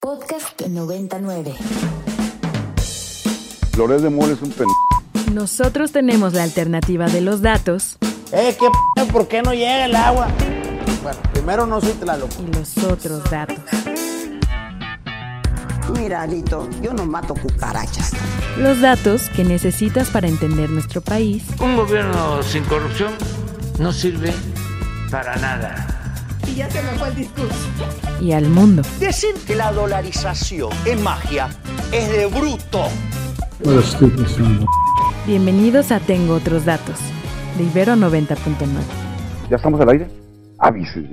Podcast 99. Loret de Mola es un Nosotros tenemos la alternativa de los datos. ¿Por qué no llega el agua? Bueno, primero no soy Tlaloc. Y los otros datos. Mira, Alito, yo no mato cucarachas. Los datos que necesitas para entender nuestro país. Un gobierno sin corrupción no sirve para nada. Y ya se me fue el discurso. Y al mundo. Decir que la dolarización es magia es de bruto. Bienvenidos a Tengo Otros Datos, de Ibero 90.9. ¿Ya estamos al aire? Avise.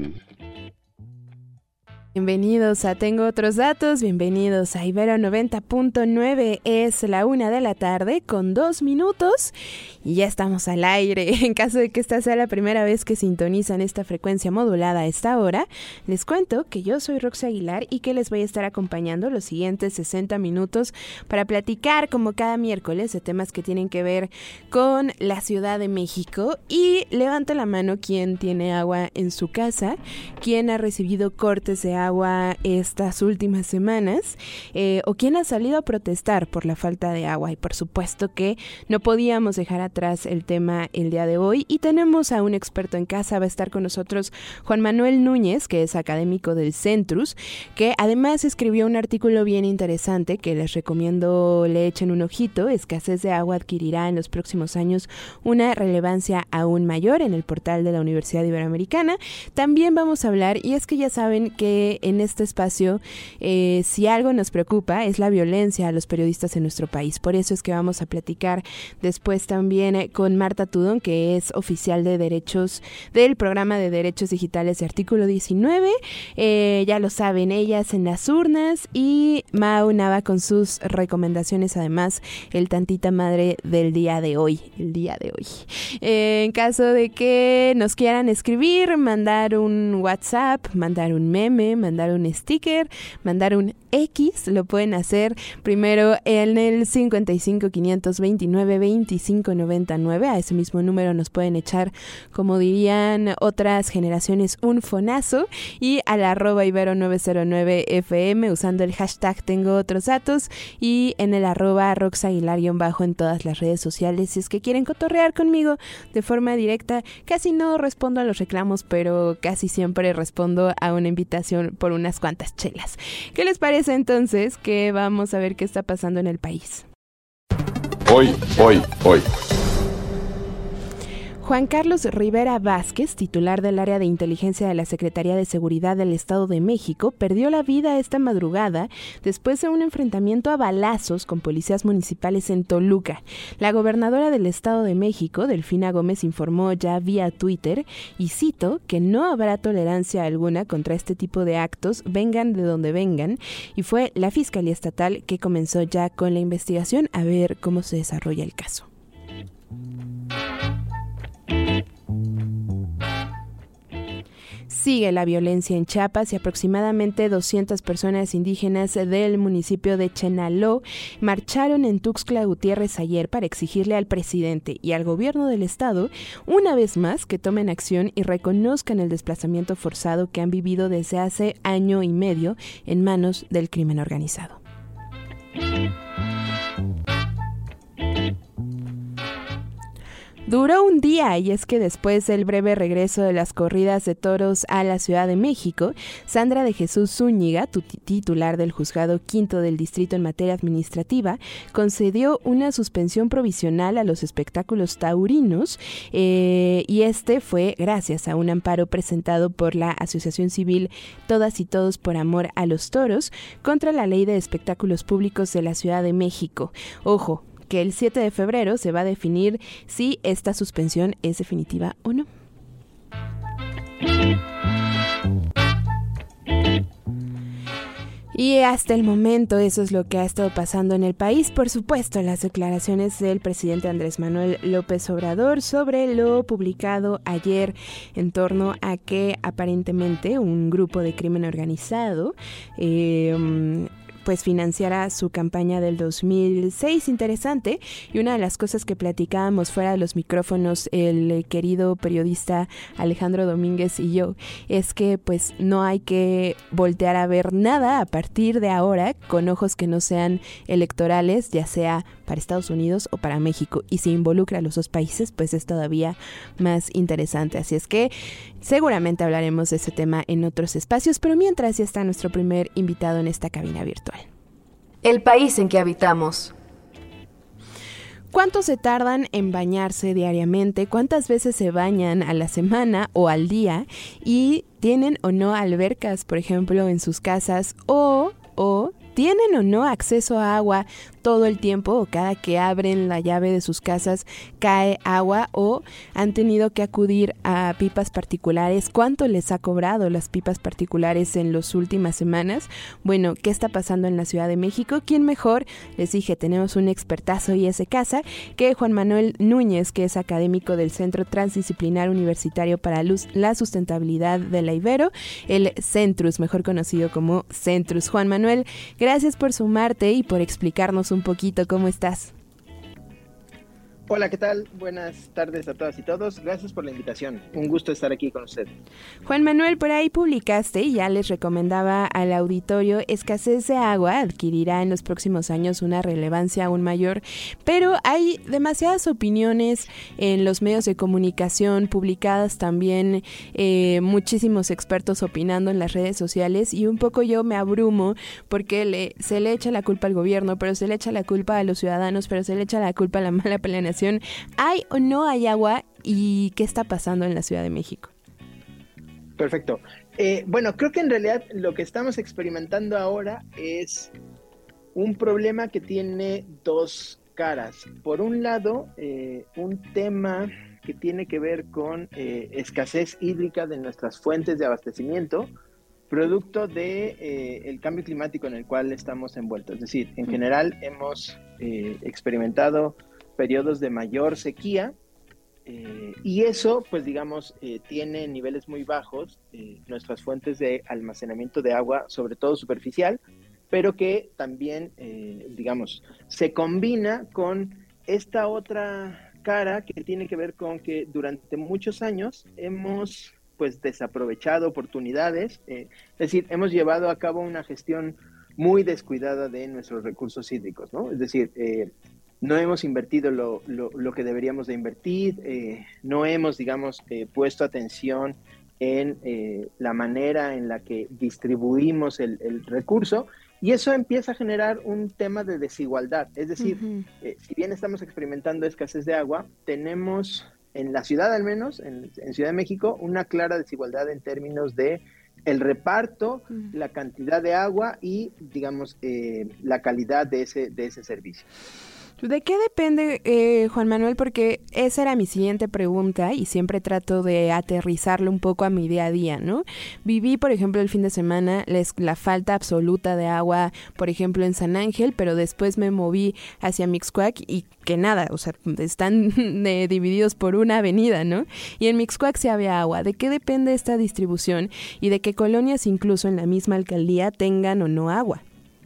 Bienvenidos a Tengo Otros Datos, bienvenidos a Ibero 90.9, es la 1:00 con 2 minutos y ya estamos al aire. En caso de que esta sea la primera vez que sintonizan esta frecuencia modulada a esta hora, les cuento que yo soy Roxy Aguilar y que les voy a estar acompañando los siguientes 60 minutos para platicar como cada miércoles de temas que tienen que ver con la Ciudad de México. Y levanta la mano quien tiene agua en su casa, quien ha recibido cortes de agua estas últimas semanas, o quien ha salido a protestar por la falta de agua. Y por supuesto que no podíamos dejar atrás el tema el día de hoy y tenemos a un experto en casa. Va a estar con nosotros Juan Manuel Núñez, que es académico del Centrus, que además escribió un artículo bien interesante que les recomiendo le echen un ojito. Escasez de agua adquirirá en los próximos años una relevancia aún mayor, en el portal de la Universidad Iberoamericana. También vamos a hablar, y es que ya saben que en este espacio, si algo nos preocupa es la violencia a los periodistas en nuestro país. Por eso es que vamos a platicar después también con Marta Tudón, que es oficial de derechos del programa de derechos digitales de Artículo 19. Ya lo saben, ellas en las urnas, y Mau Nava con sus recomendaciones, además el tantita madre del día de hoy. En caso de que nos quieran escribir, mandar un WhatsApp, mandar un meme, mandar un sticker, mandar un X, lo pueden hacer primero en el 55 529 25 99. A ese mismo número nos pueden echar, como dirían otras generaciones, un fonazo, y al @ibero909fm usando el hashtag Tengo Otros Datos, y en el @roxaguilar_ en todas las redes sociales. Si es que quieren cotorrear conmigo de forma directa, casi no respondo a los reclamos, pero casi siempre respondo a una invitación por unas cuantas chelas. ¿Qué les parece entonces que vamos a ver qué está pasando en el país? Hoy. Juan Carlos Rivera Vázquez, titular del área de inteligencia de la Secretaría de Seguridad del Estado de México, perdió la vida esta madrugada después de un enfrentamiento a balazos con policías municipales en Toluca. La gobernadora del Estado de México, Delfina Gómez, informó ya vía Twitter, y cito, que no habrá tolerancia alguna contra este tipo de actos, vengan de donde vengan, y fue la Fiscalía Estatal que comenzó ya con la investigación a ver cómo se desarrolla el caso. Sigue la violencia en Chiapas y aproximadamente 200 personas indígenas del municipio de Chenaló marcharon en Tuxtla Gutiérrez ayer para exigirle al presidente y al gobierno del estado, una vez más, que tomen acción y reconozcan el desplazamiento forzado que han vivido desde hace año y medio en manos del crimen organizado. Duró un día, y es que después del breve regreso de las corridas de toros a la Ciudad de México, Sandra de Jesús Zúñiga, titular del Juzgado Quinto del Distrito en materia administrativa, concedió una suspensión provisional a los espectáculos taurinos, y este fue gracias a un amparo presentado por la Asociación Civil Todas y Todos por Amor a los Toros contra la Ley de Espectáculos Públicos de la Ciudad de México. Ojo, que el 7 de febrero se va a definir si esta suspensión es definitiva o no. Y hasta el momento eso es lo que ha estado pasando en el país. Por supuesto, las declaraciones del presidente Andrés Manuel López Obrador sobre lo publicado ayer en torno a que aparentemente un grupo de crimen organizado pues financiara su campaña del 2006. Interesante. Y una de las cosas que platicábamos fuera de los micrófonos el querido periodista Alejandro Domínguez y yo es que pues no hay que voltear a ver nada a partir de ahora con ojos que no sean electorales, ya sea para Estados Unidos o para México, y si involucra a los dos países pues es todavía más interesante. Así es que seguramente hablaremos de ese tema en otros espacios, pero mientras ya está nuestro primer invitado en esta cabina virtual. El país en que habitamos. ¿Cuánto se tardan en bañarse diariamente? ¿Cuántas veces se bañan a la semana o al día? ¿Y tienen o no albercas, por ejemplo, en sus casas? ¿O tienen o no acceso a agua todo el tiempo, o cada que abren la llave de sus casas cae agua, o han tenido que acudir a pipas particulares? ¿Cuánto les ha cobrado las pipas particulares en las últimas semanas? Bueno, ¿qué está pasando en la Ciudad de México? ¿Quién mejor? Les dije, tenemos un expertazo y ese casa, que Juan Manuel Núñez, que es académico del Centro Transdisciplinar Universitario para la Sustentabilidad de la Ibero, el Centrus, mejor conocido como Centrus. Juan Manuel, gracias por sumarte y por explicarnos un poquito cómo estás. Hola, ¿qué tal? Buenas tardes a todas y todos. Gracias por la invitación. Un gusto estar aquí con usted. Juan Manuel, por ahí publicaste, y ya les recomendaba al auditorio, escasez de agua adquirirá en los próximos años una relevancia aún mayor, pero hay demasiadas opiniones en los medios de comunicación, publicadas también, muchísimos expertos opinando en las redes sociales, y un poco yo me abrumo porque se le echa la culpa al gobierno, pero se le echa la culpa a los ciudadanos, pero se le echa la culpa a la mala planeación. ¿Hay o no hay agua? ¿Y qué está pasando en la Ciudad de México? Perfecto. Bueno, creo que en realidad lo que estamos experimentando ahora es un problema que tiene dos caras. Por un lado, un tema que tiene que ver con escasez hídrica de nuestras fuentes de abastecimiento, producto de el cambio climático en el cual estamos envueltos. Es decir, en general hemos experimentado periodos de mayor sequía, y eso, pues digamos, tiene niveles muy bajos nuestras fuentes de almacenamiento de agua, sobre todo superficial, pero que también, digamos, se combina con esta otra cara que tiene que ver con que durante muchos años hemos pues desaprovechado oportunidades, es decir, hemos llevado a cabo una gestión muy descuidada de nuestros recursos hídricos, ¿no? Es decir, no hemos invertido lo que deberíamos de invertir, no hemos, digamos, puesto atención en la manera en la que distribuimos el recurso, y eso empieza a generar un tema de desigualdad. Es decir, si bien estamos experimentando escasez de agua, tenemos en la ciudad, al menos, en Ciudad de México, una clara desigualdad en términos de el reparto, la cantidad de agua y, digamos, la calidad de ese servicio. ¿De qué depende, Juan Manuel? Porque esa era mi siguiente pregunta y siempre trato de aterrizarlo un poco a mi día a día, ¿no? Viví, por ejemplo, el fin de semana la falta absoluta de agua, por ejemplo, en San Ángel, pero después me moví hacia Mixcoac y que nada, o sea, están divididos por una avenida, ¿no? Y en Mixcoac sí había agua. ¿De qué depende esta distribución y de qué colonias incluso en la misma alcaldía tengan o no agua?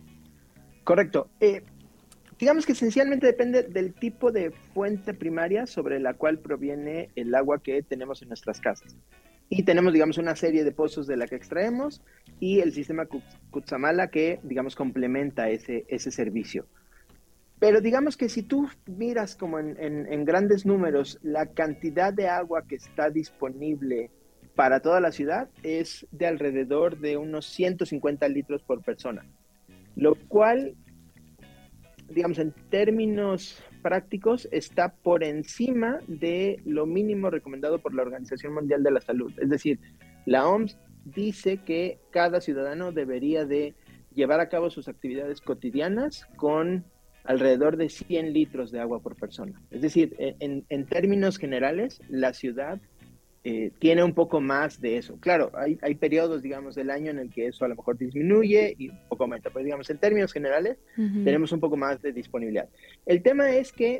Correcto. Digamos que esencialmente depende del tipo de fuente primaria sobre la cual proviene el agua que tenemos en nuestras casas. Y tenemos, digamos, una serie de pozos de la que extraemos y el sistema Cutzamala que, digamos, complementa ese servicio. Pero digamos que si tú miras como en grandes números, la cantidad de agua que está disponible para toda la ciudad es de alrededor de unos 150 litros por persona, lo cual, digamos, en términos prácticos, está por encima de lo mínimo recomendado por la Organización Mundial de la Salud. Es decir, la OMS dice que cada ciudadano debería de llevar a cabo sus actividades cotidianas con alrededor de 100 litros de agua por persona. Es decir, en términos generales, la ciudad tiene un poco más de eso. Claro, hay periodos, digamos, del año en el que eso a lo mejor disminuye y un poco aumenta, pero digamos, en términos generales, tenemos un poco más de disponibilidad. El tema es que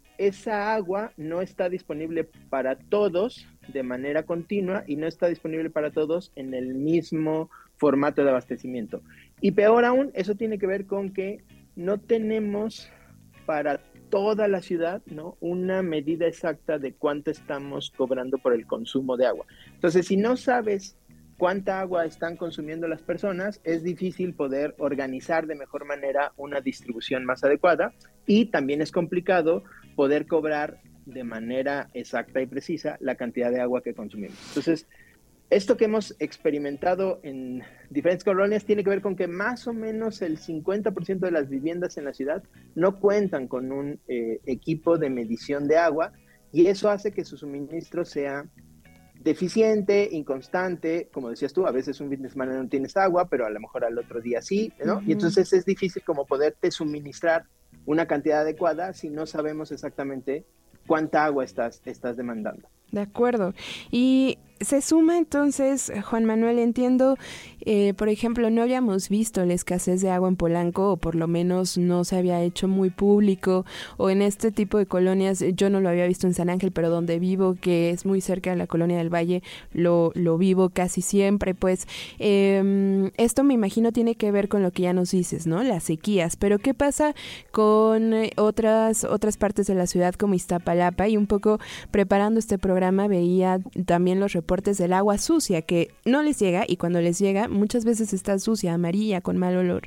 esa agua no está disponible para todos de manera continua y no está disponible para todos en el mismo formato de abastecimiento. Y peor aún, eso tiene que ver con que no tenemos para toda la ciudad, ¿no?, una medida exacta de cuánto estamos cobrando por el consumo de agua. Entonces, si no sabes cuánta agua están consumiendo las personas, es difícil poder organizar de mejor manera una distribución más adecuada, y también es complicado poder cobrar de manera exacta y precisa la cantidad de agua que consumimos. Entonces, esto que hemos experimentado en diferentes colonias tiene que ver con que más o menos el 50% de las viviendas en la ciudad no cuentan con un equipo de medición de agua, y eso hace que su suministro sea deficiente, inconstante. Como decías tú, a veces un fin de semana no tienes agua, pero a lo mejor al otro día sí, ¿no? Y entonces es difícil como poderte suministrar una cantidad adecuada si no sabemos exactamente cuánta agua estás demandando. De acuerdo. Y se suma entonces, Juan Manuel, entiendo, por ejemplo, no habíamos visto la escasez de agua en Polanco, o por lo menos no se había hecho muy público, o en este tipo de colonias. Yo no lo había visto en San Ángel, pero donde vivo, que es muy cerca de la Colonia del Valle, lo vivo casi siempre. Pues esto me imagino tiene que ver con lo que ya nos dices, ¿no? Las sequías. Pero ¿qué pasa con otras partes de la ciudad como Iztapalapa? Y un poco preparando este programa veía también los reportes del agua sucia que no les llega, y cuando les llega muchas veces está sucia, amarilla, con mal olor.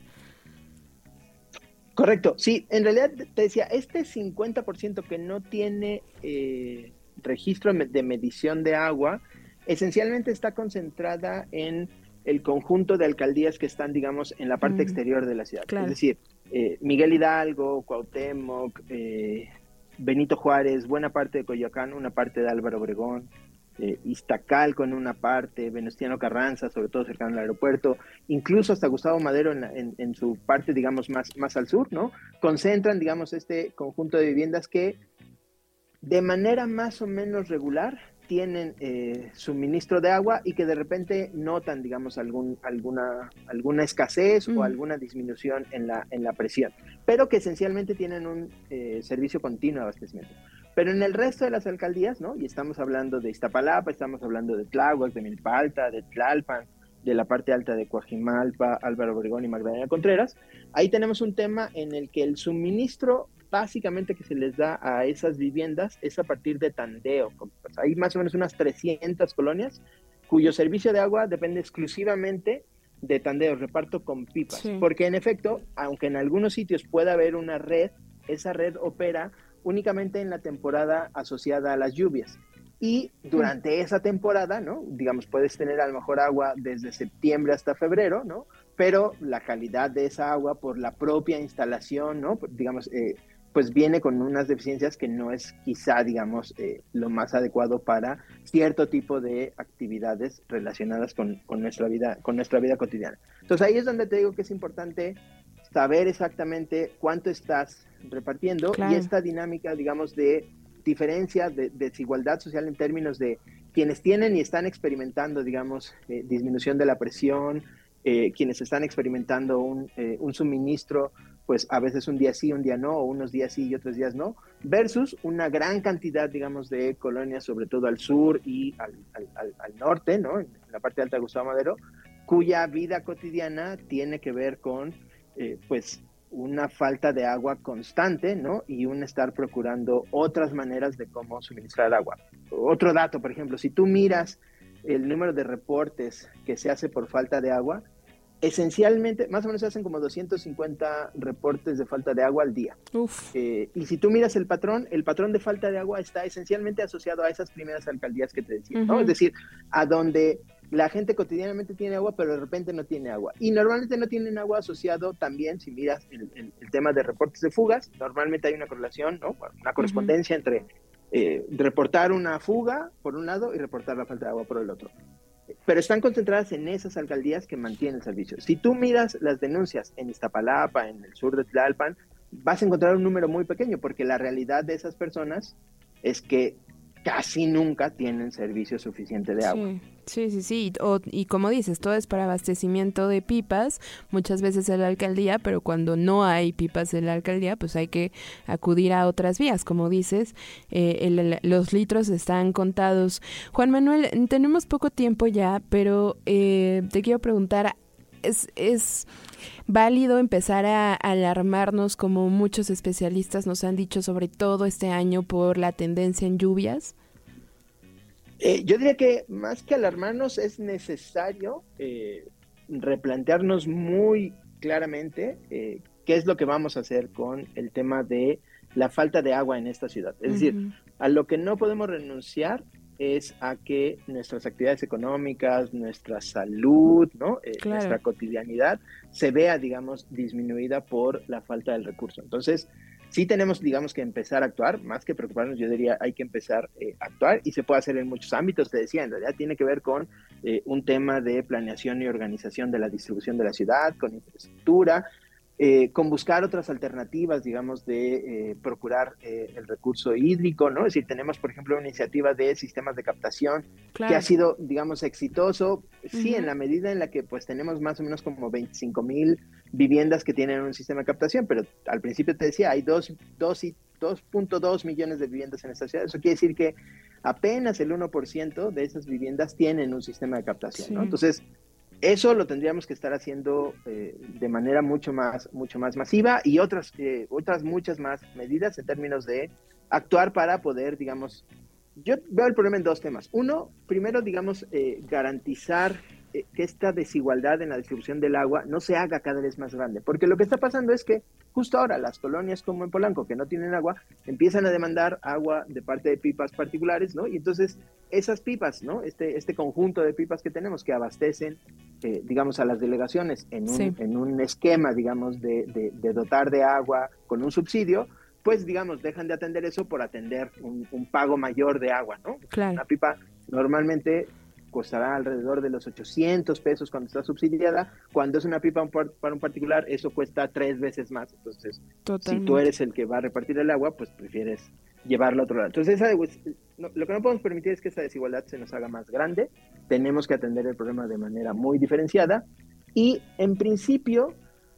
Correcto, sí, en realidad te decía, este 50% que no tiene registro de medición de agua, esencialmente está concentrada en el conjunto de alcaldías que están, digamos, en la parte exterior de la ciudad. Claro. Es decir, Miguel Hidalgo, Cuauhtémoc, Benito Juárez, buena parte de Coyoacán, una parte de Álvaro Obregón, Iztacalco en una parte, Venustiano Carranza, sobre todo cercano al aeropuerto, incluso hasta Gustavo Madero en su parte, digamos, más al sur, ¿no? Concentran, digamos, este conjunto de viviendas que de manera más o menos regular tienen suministro de agua, y que de repente notan, digamos, alguna escasez o alguna disminución en la presión, pero que esencialmente tienen un servicio continuo de abastecimiento. Pero en el resto de las alcaldías, ¿no? Y estamos hablando de Iztapalapa, estamos hablando de Tláhuac, de Milpa Alta, de Tlalpan, de la parte alta de Coajimalpa, Álvaro Obregón y Magdalena Contreras. Ahí tenemos un tema en el que el suministro básicamente que se les da a esas viviendas es a partir de tandeo. Hay más o menos unas 300 colonias cuyo servicio de agua depende exclusivamente de tandeo, reparto con pipas. Sí. Porque en efecto, aunque en algunos sitios pueda haber una red, esa red opera únicamente en la temporada asociada a las lluvias. Y durante esa temporada, ¿no? Digamos, puedes tener a lo mejor agua desde septiembre hasta febrero, ¿no? Pero la calidad de esa agua por la propia instalación, ¿no? Digamos, pues viene con unas deficiencias que no es quizá, digamos, lo más adecuado para cierto tipo de actividades relacionadas con nuestra vida cotidiana. Entonces ahí es donde te digo que es importante saber exactamente cuánto estás repartiendo. Claro. Y esta dinámica, digamos, de diferencia, de desigualdad social en términos de quienes tienen y están experimentando, digamos, disminución de la presión, quienes están experimentando un suministro, pues a veces un día sí, un día no, o unos días sí y otros días no, versus una gran cantidad, digamos, de colonias, sobre todo al sur y al norte, ¿no? En la parte alta de Gustavo Madero, cuya vida cotidiana tiene que ver con, pues, una falta de agua constante, ¿no? Y un estar procurando otras maneras de cómo suministrar agua. Otro dato, por ejemplo, si tú miras el número de reportes que se hace por falta de agua, esencialmente, más o menos se hacen como 250 reportes de falta de agua al día. Y si tú miras el patrón de falta de agua está esencialmente asociado a esas primeras alcaldías que te decía, ¿no? Es decir, a donde la gente cotidianamente tiene agua, pero de repente no tiene agua. Y normalmente no tienen agua asociado también, si miras el tema de reportes de fugas, normalmente hay una correlación, ¿no? Una correspondencia entre reportar una fuga por un lado y reportar la falta de agua por el otro. Pero están concentradas en esas alcaldías que mantienen el servicio. Si tú miras las denuncias en Iztapalapa, en el sur de Tlalpan, vas a encontrar un número muy pequeño, porque la realidad de esas personas es que casi nunca tienen servicio suficiente de agua. Sí. Y como dices, todo es para abastecimiento de pipas, muchas veces en la alcaldía, pero cuando no hay pipas en la alcaldía, pues hay que acudir a otras vías. Como dices, los litros están contados. Juan Manuel, tenemos poco tiempo ya, pero te quiero preguntar, ¿es válido empezar a alarmarnos como muchos especialistas nos han dicho, sobre todo este año, por la tendencia en lluvias? Yo diría que más que alarmarnos es necesario replantearnos muy claramente qué es lo que vamos a hacer con el tema de la falta de agua en esta ciudad. Es decir, a lo que no podemos renunciar es a que nuestras actividades económicas, nuestra salud, ¿no? Nuestra cotidianidad se vea, digamos, disminuida por la falta del recurso. Entonces, sí tenemos, digamos, que empezar a actuar, más que preocuparnos, yo diría, hay que empezar a actuar, y se puede hacer en muchos ámbitos. Te decía, en realidad tiene que ver con un tema de planeación y organización de la distribución de la ciudad, con infraestructura, con buscar otras alternativas, digamos, de procurar el recurso hídrico, ¿no? Es decir, tenemos, por ejemplo, una iniciativa de sistemas de captación que ha sido, digamos, exitoso, sí, en la medida en la que, pues, tenemos más o menos como 25,000 viviendas que tienen un sistema de captación, pero al principio te decía, hay 2.2 millones de viviendas en esta ciudad. Eso quiere decir que apenas el 1% de esas viviendas tienen un sistema de captación, ¿no? Entonces, eso lo tendríamos que estar haciendo de manera mucho más masiva, y otras muchas más medidas en términos de actuar para poder, digamos, yo veo el problema en dos temas. Uno, primero, digamos, garantizar que esta desigualdad en la distribución del agua no se haga cada vez más grande, porque lo que está pasando es que justo ahora las colonias como en Polanco, que no tienen agua, empiezan a demandar agua de parte de pipas particulares, ¿no? Y entonces esas pipas, ¿no? Este conjunto de pipas que tenemos que abastecen, digamos, a las delegaciones en un esquema, digamos, de dotar de agua con un subsidio, pues, digamos, dejan de atender eso por atender un pago mayor de agua, ¿no? Claro. Una pipa normalmente costará alrededor de los 800 pesos cuando está subsidiada. Cuando es una pipa para un particular, eso cuesta 3 veces más. Entonces, si tú eres el que va a repartir el agua, pues prefieres llevarlo a otro lado. Entonces, lo que no podemos permitir es que esa desigualdad se nos haga más grande. Tenemos que atender el problema de manera muy diferenciada, y en principio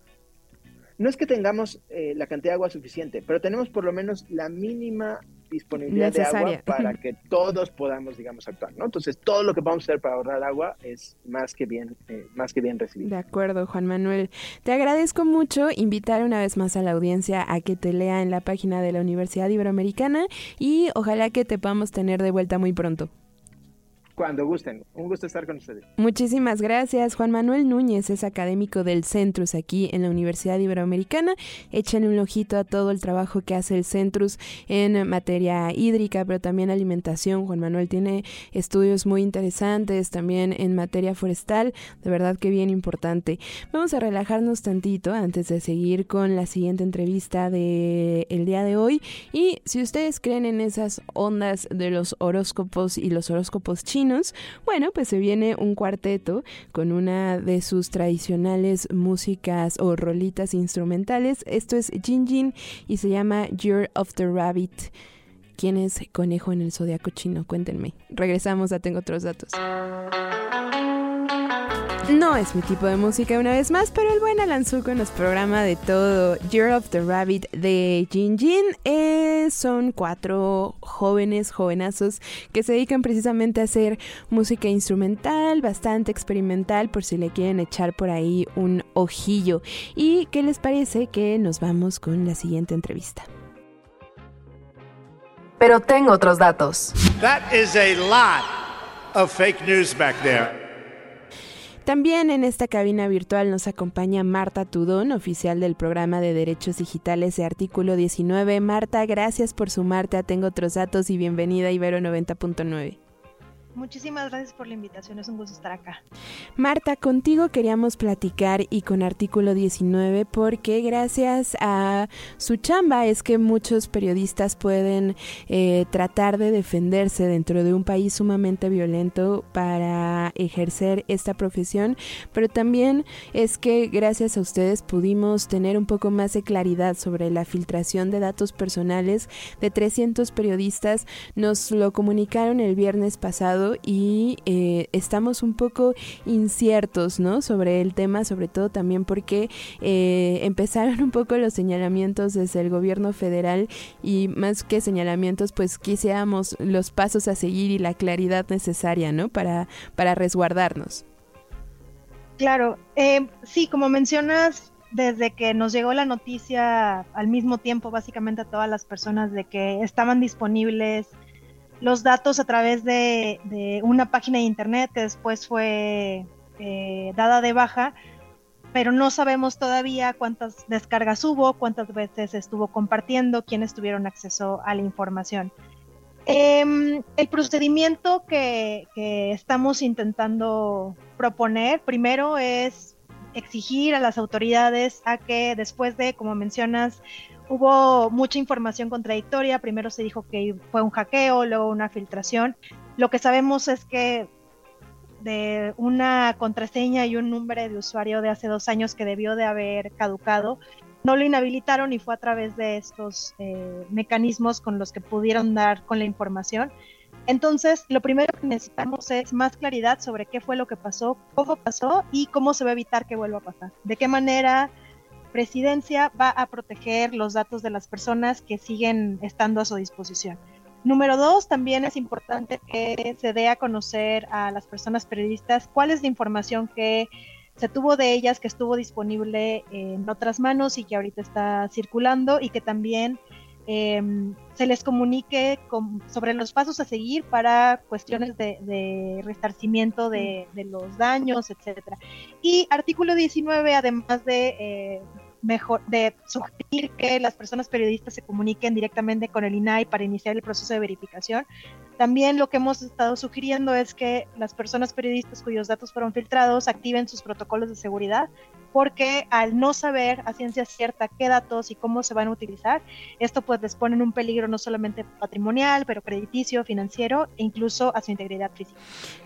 no es que tengamos la cantidad de agua suficiente, pero tenemos por lo menos la mínima disponibilidad necesaria de agua para que todos podamos, digamos, actuar, ¿no? Entonces, todo lo que podamos hacer para ahorrar agua es más que bien recibido. De acuerdo, Juan Manuel. Te agradezco mucho. Invitar una vez más a la audiencia a que te lea en la página de la Universidad Iberoamericana, y ojalá que te podamos tener de vuelta muy pronto. Cuando gusten. Un gusto estar con ustedes. Muchísimas gracias. Juan Manuel Núñez es académico del Centrus aquí en la Universidad Iberoamericana. Échenle un ojito a todo el trabajo que hace el Centrus en materia hídrica, pero también alimentación. Juan Manuel tiene estudios muy interesantes también en materia forestal. De verdad que bien importante. Vamos a relajarnos tantito antes de seguir con la siguiente entrevista del día de hoy. Y si ustedes creen en esas ondas de los horóscopos y los horóscopos chinos, bueno, pues se viene un cuarteto con una de sus tradicionales músicas o rolitas instrumentales. Esto es Jin Jin y se llama Year of the Rabbit. ¿Quién es conejo en el zodiaco chino? Cuéntenme. Regresamos a Tengo Otros Datos. No es mi tipo de música una vez más, pero el buen Alan Zuko nos programa de todo. Year of the Rabbit de Jin Jin. Son 4 jovenazos que se dedican precisamente a hacer música instrumental, bastante experimental, por si le quieren echar por ahí un ojillo. ¿Y qué les parece que nos vamos con la siguiente entrevista? Pero tengo otros datos. That is a lot of fake news back there. También en esta cabina virtual nos acompaña Marta Tudón, oficial del programa de Derechos Digitales de Artículo 19. Marta, gracias por sumarte a Tengo Otros Datos y bienvenida a Ibero 90.9. Muchísimas gracias por la invitación, es un gusto estar acá. Marta, contigo queríamos platicar y con Artículo 19 porque gracias a su chamba es que muchos periodistas pueden tratar de defenderse dentro de un país sumamente violento para ejercer esta profesión, pero también es que gracias a ustedes pudimos tener un poco más de claridad sobre la filtración de datos personales de 300 periodistas. Nos lo comunicaron el viernes pasado y estamos un poco inciertos, ¿no?, sobre el tema, sobre todo también porque empezaron un poco los señalamientos desde el gobierno federal y más que señalamientos, pues quisiéramos los pasos a seguir y la claridad necesaria, ¿no?, para resguardarnos. Claro, sí, como mencionas, desde que nos llegó la noticia al mismo tiempo, básicamente a todas las personas, de que estaban disponibles los datos a través de una página de internet que después fue dada de baja, pero no sabemos todavía cuántas descargas hubo, cuántas veces estuvo compartiendo, quiénes tuvieron acceso a la información. El procedimiento que estamos intentando proponer primero es exigir a las autoridades a que después de, como mencionas, hubo mucha información contradictoria. Primero se dijo que fue un hackeo, luego una filtración. Lo que sabemos es que de una contraseña y un nombre de usuario de hace 2 años que debió de haber caducado, no lo inhabilitaron y fue a través de estos mecanismos con los que pudieron dar con la información. Entonces, lo primero que necesitamos es más claridad sobre qué fue lo que pasó, cómo pasó y cómo se va a evitar que vuelva a pasar. De qué manera Presidencia va a proteger los datos de las personas que siguen estando a su disposición. Número 2, también es importante que se dé a conocer a las personas periodistas cuál es la información que se tuvo de ellas, que estuvo disponible en otras manos y que ahorita está circulando, y que también se les comunique sobre los pasos a seguir para cuestiones de resarcimiento de los daños, etcétera. Y artículo 19, además de sugerir que las personas periodistas se comuniquen directamente con el INAI para iniciar el proceso de verificación, también lo que hemos estado sugiriendo es que las personas periodistas cuyos datos fueron filtrados activen sus protocolos de seguridad, porque al no saber a ciencia cierta qué datos y cómo se van a utilizar, esto pues les pone en un peligro no solamente patrimonial, pero crediticio, financiero e incluso a su integridad física.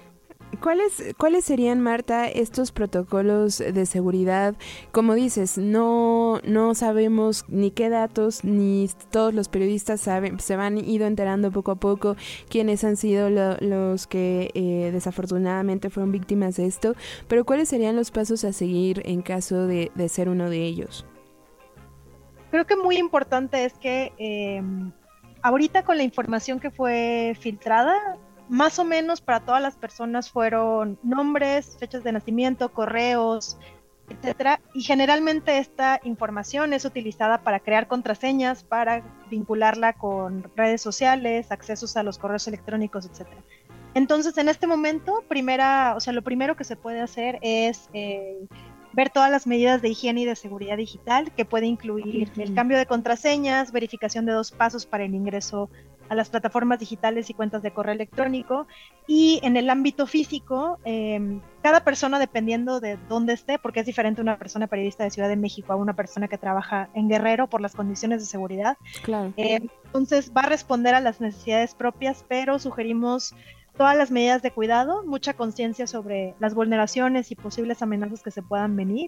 ¿Cuáles serían, Marta, estos protocolos de seguridad? Como dices, no sabemos ni qué datos, ni todos los periodistas saben, se van ido enterando poco a poco quiénes han sido los que desafortunadamente fueron víctimas de esto, pero ¿cuáles serían los pasos a seguir en caso de ser uno de ellos? Creo que muy importante es que ahorita con la información que fue filtrada, más o menos para todas las personas fueron nombres, fechas de nacimiento, correos, etcétera, y generalmente esta información es utilizada para crear contraseñas, para vincularla con redes sociales, accesos a los correos electrónicos, etcétera. Entonces, en este momento, lo primero que se puede hacer es ver todas las medidas de higiene y de seguridad digital, que puede incluir el cambio de contraseñas, verificación de 2 pasos para el ingreso a las plataformas digitales y cuentas de correo electrónico. Y en el ámbito físico, cada persona, dependiendo de dónde esté, porque es diferente una persona periodista de Ciudad de México a una persona que trabaja en Guerrero por las condiciones de seguridad, claro. Entonces va a responder a las necesidades propias, pero sugerimos todas las medidas de cuidado, mucha conciencia sobre las vulneraciones y posibles amenazas que se puedan venir,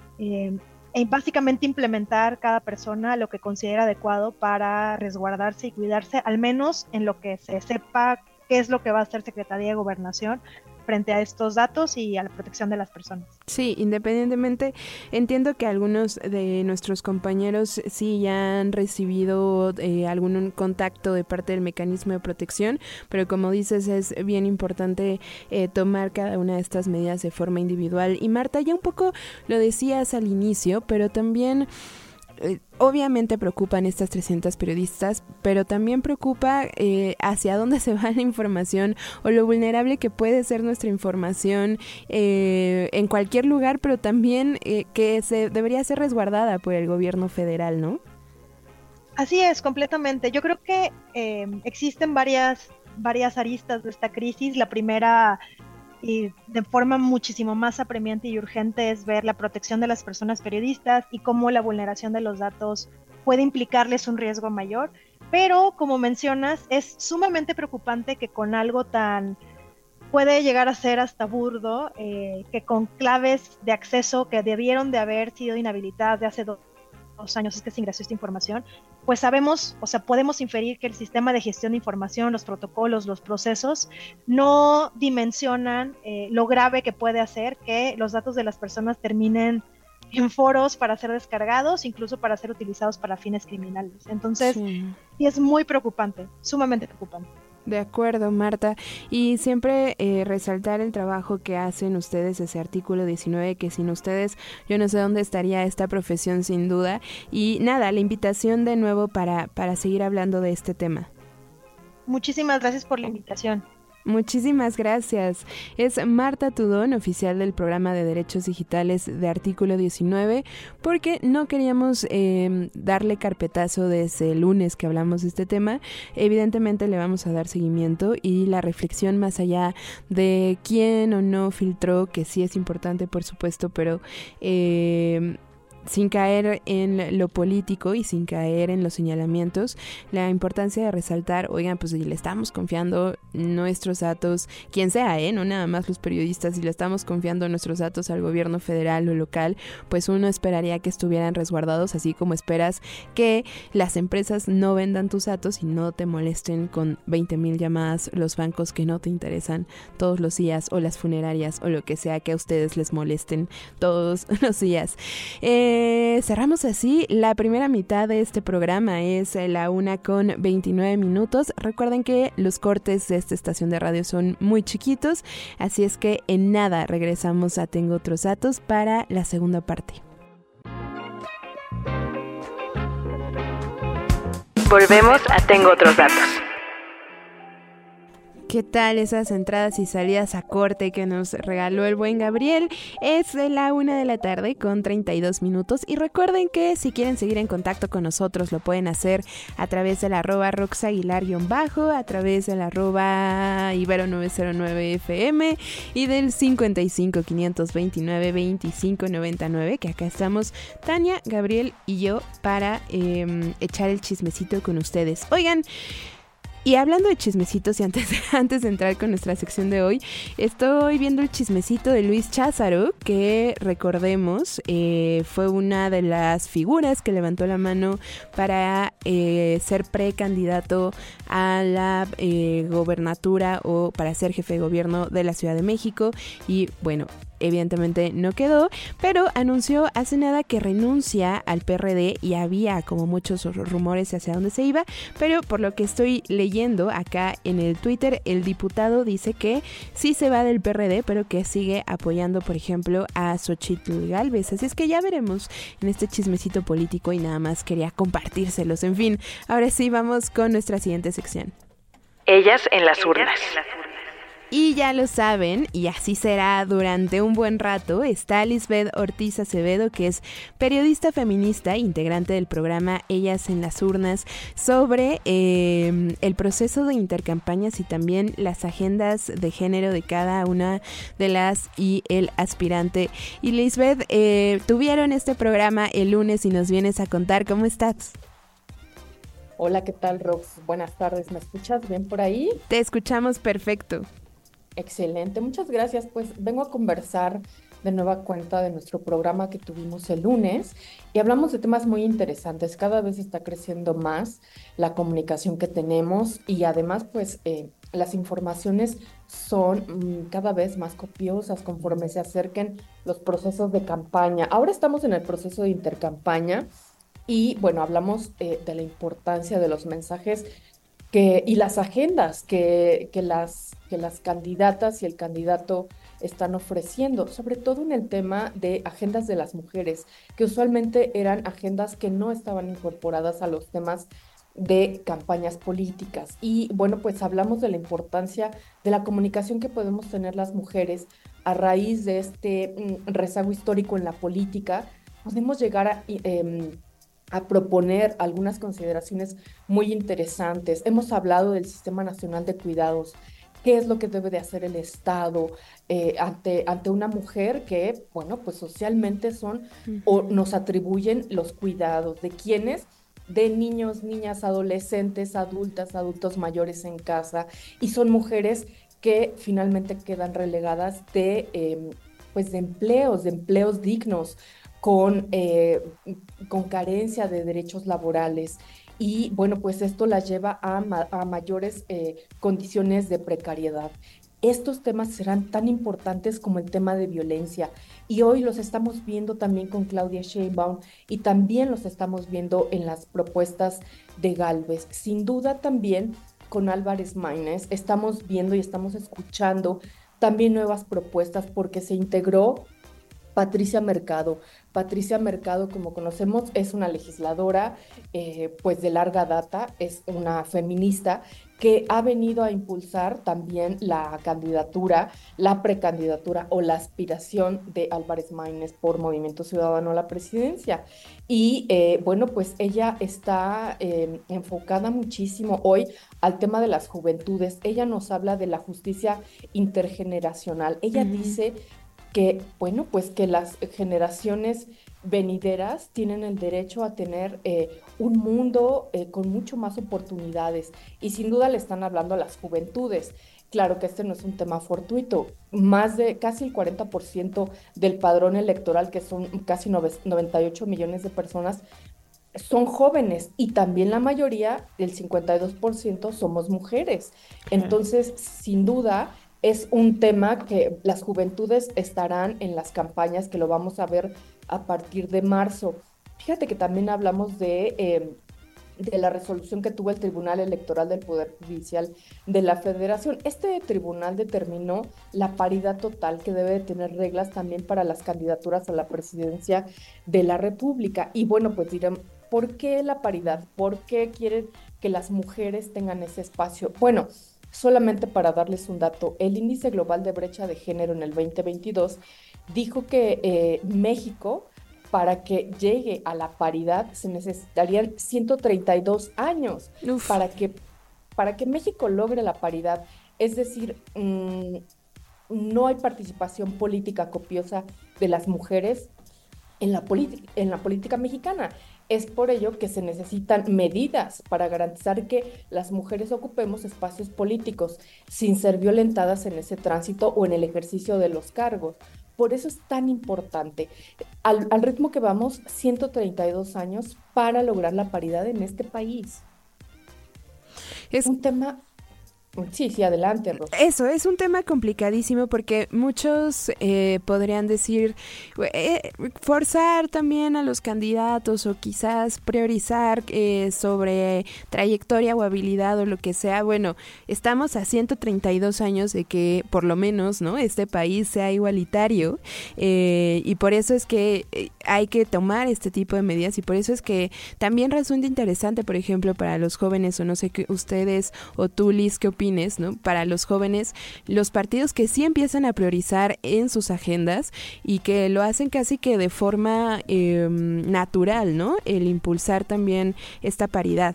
y básicamente implementar cada persona lo que considera adecuado para resguardarse y cuidarse, al menos en lo que se sepa qué es lo que va a hacer Secretaría de Gobernación frente a estos datos y a la protección de las personas. Sí, independientemente, entiendo que algunos de nuestros compañeros sí ya han recibido algún contacto de parte del mecanismo de protección, pero como dices, es bien importante tomar cada una de estas medidas de forma individual. Y Marta, ya un poco lo decías al inicio, pero también obviamente preocupan estas 300 periodistas, pero también preocupa hacia dónde se va la información o lo vulnerable que puede ser nuestra información en cualquier lugar, pero también que se debería ser resguardada por el gobierno federal, ¿no? Así es, completamente. Yo creo que existen varias varias aristas de esta crisis. La primera, y de forma muchísimo más apremiante y urgente, es ver la protección de las personas periodistas y cómo la vulneración de los datos puede implicarles un riesgo mayor. Pero, como mencionas, es sumamente preocupante que con algo tan puede llegar a ser hasta burdo, que con claves de acceso que debieron de haber sido inhabilitadas de hace 2 años, es que se ingresó esta información, pues sabemos, o sea, podemos inferir que el sistema de gestión de información, los protocolos, los procesos, no dimensionan lo grave que puede hacer que los datos de las personas terminen en foros para ser descargados, incluso para ser utilizados para fines criminales. Entonces, sí es muy preocupante, sumamente preocupante. De acuerdo, Marta. Y siempre resaltar el trabajo que hacen ustedes, ese artículo 19, que sin ustedes yo no sé dónde estaría esta profesión sin duda. Y nada, la invitación de nuevo para seguir hablando de este tema. Muchísimas gracias por la invitación. Muchísimas gracias. Es Marta Tudón, oficial del programa de Derechos Digitales de Artículo 19, porque no queríamos darle carpetazo desde el lunes que hablamos de este tema. Evidentemente le vamos a dar seguimiento y la reflexión más allá de quién o no filtró, que sí es importante por supuesto, pero sin caer en lo político y sin caer en los señalamientos, la importancia de resaltar, oigan, pues si le estamos confiando nuestros datos, quien sea, no nada más los periodistas, si le estamos confiando nuestros datos al gobierno federal o local, pues uno esperaría que estuvieran resguardados, así como esperas que las empresas no vendan tus datos y no te molesten con 20,000 llamadas los bancos que no te interesan todos los días, o las funerarias, o lo que sea que a ustedes les molesten todos los días. Cerramos así la primera mitad de este programa, es la 1:29. Recuerden que los cortes de esta estación de radio son muy chiquitos, así es que en nada regresamos a Tengo Otros Datos para la segunda parte. Volvemos a Tengo Otros Datos. ¿Qué tal esas entradas y salidas a corte que nos regaló el buen Gabriel? Es de la 1:32 y recuerden que si quieren seguir en contacto con nosotros lo pueden hacer a través del @roxaguilar_, a través del @ibero909fm y del 55 529 2599, que acá estamos Tania, Gabriel y yo para echar el chismecito con ustedes. Oigan, y hablando de chismecitos, y antes de entrar con nuestra sección de hoy, estoy viendo el chismecito de Luis Cházaro, que recordemos fue una de las figuras que levantó la mano para ser precandidato a la gobernatura o para ser jefe de gobierno de la Ciudad de México. Y bueno, evidentemente no quedó, pero anunció hace nada que renuncia al PRD y había como muchos rumores hacia dónde se iba, pero por lo que estoy leyendo acá en el Twitter, el diputado dice que sí se va del PRD, pero que sigue apoyando, por ejemplo, a Xochitl Gálvez. Así es que ya veremos en este chismecito político y nada más quería compartírselos. En fin, ahora sí vamos con nuestra siguiente sección. Ellas en las urnas. Y ya lo saben, y así será durante un buen rato, está Lisbeth Ortiz Acevedo, que es periodista feminista, integrante del programa Ellas en las Urnas, sobre el proceso de intercampañas y también las agendas de género de cada una de las y el aspirante. Y Lisbeth, tuvieron este programa el lunes y nos vienes a contar cómo estás. Hola, ¿qué tal, Rox? Buenas tardes, ¿me escuchas bien por ahí? Te escuchamos perfecto. Excelente, muchas gracias. Pues vengo a conversar de nueva cuenta de nuestro programa que tuvimos el lunes y hablamos de temas muy interesantes. Cada vez está creciendo más la comunicación que tenemos y además pues las informaciones son cada vez más copiosas conforme se acerquen los procesos de campaña. Ahora estamos en el proceso de intercampaña y bueno, hablamos de la importancia de los mensajes y las agendas que las candidatas y el candidato están ofreciendo, sobre todo en el tema de agendas de las mujeres, que usualmente eran agendas que no estaban incorporadas a los temas de campañas políticas. Y bueno, pues hablamos de la importancia de la comunicación que podemos tener las mujeres a raíz de este rezago histórico en la política. Podemos llegar a proponer algunas consideraciones muy interesantes. Hemos hablado del Sistema Nacional de Cuidados. ¿Qué es lo que debe de hacer el Estado ante una mujer que, bueno, pues socialmente son o nos atribuyen los cuidados de quienes? De niños, niñas, adolescentes, adultas, adultos mayores en casa, y son mujeres que finalmente quedan relegadas pues de empleos dignos, con carencia de derechos laborales. Y bueno, pues esto las lleva a mayores condiciones de precariedad. Estos temas serán tan importantes como el tema de violencia, y hoy los estamos viendo también con Claudia Sheinbaum, y también los estamos viendo en las propuestas de Gálvez. Sin duda también con Álvarez Maínez estamos viendo y estamos escuchando también nuevas propuestas, porque se integró Patricia Mercado. Patricia Mercado, como conocemos, es una legisladora pues de larga data, es una feminista que ha venido a impulsar también la candidatura, la precandidatura o la aspiración de Álvarez Maínez por Movimiento Ciudadano a la presidencia. Y bueno, pues ella está enfocada muchísimo hoy al tema de las juventudes. Ella nos habla de la justicia intergeneracional. Ella dice que, bueno, pues que las generaciones venideras tienen el derecho a tener un mundo con mucho más oportunidades, y sin duda le están hablando a las juventudes. Claro que este no es un tema fortuito. Más de casi el 40% del padrón electoral, que son casi 98 millones de personas, son jóvenes, y también la mayoría, el 52%, somos mujeres. Entonces, sin duda, es un tema que las juventudes estarán en las campañas, que lo vamos a ver a partir de marzo. Fíjate que también hablamos de la resolución que tuvo el Tribunal Electoral del Poder Judicial de la Federación. Este tribunal determinó la paridad total, que debe de tener reglas también para las candidaturas a la presidencia de la República. Y bueno, pues dirán, ¿por qué la paridad? ¿Por qué quieren que las mujeres tengan ese espacio? Bueno, solamente para darles un dato, el Índice Global de Brecha de Género en el 2022 dijo que México, para que llegue a la paridad, se necesitarían 132 años para que México logre la paridad. Es decir, no hay participación política copiosa de las mujeres en la política mexicana. Es por ello que se necesitan medidas para garantizar que las mujeres ocupemos espacios políticos sin ser violentadas en ese tránsito o en el ejercicio de los cargos. Por eso es tan importante, al ritmo que vamos, 132 años para lograr la paridad en este país. Es un tema... Sí, adelante, Ros. Eso, es un tema complicadísimo, porque muchos podrían decir forzar también a los candidatos, o quizás priorizar sobre trayectoria o habilidad o lo que sea. Bueno, estamos a 132 años de que por lo menos, ¿no?, este país sea igualitario, y por eso es que hay que tomar este tipo de medidas, y por eso es que también resulta interesante, por ejemplo, para los jóvenes, o no sé qué ustedes o tú, Liz, qué opinas, ¿no? Para los jóvenes, los partidos que sí empiezan a priorizar en sus agendas, y que lo hacen casi que de forma natural, ¿no?, el impulsar también esta paridad.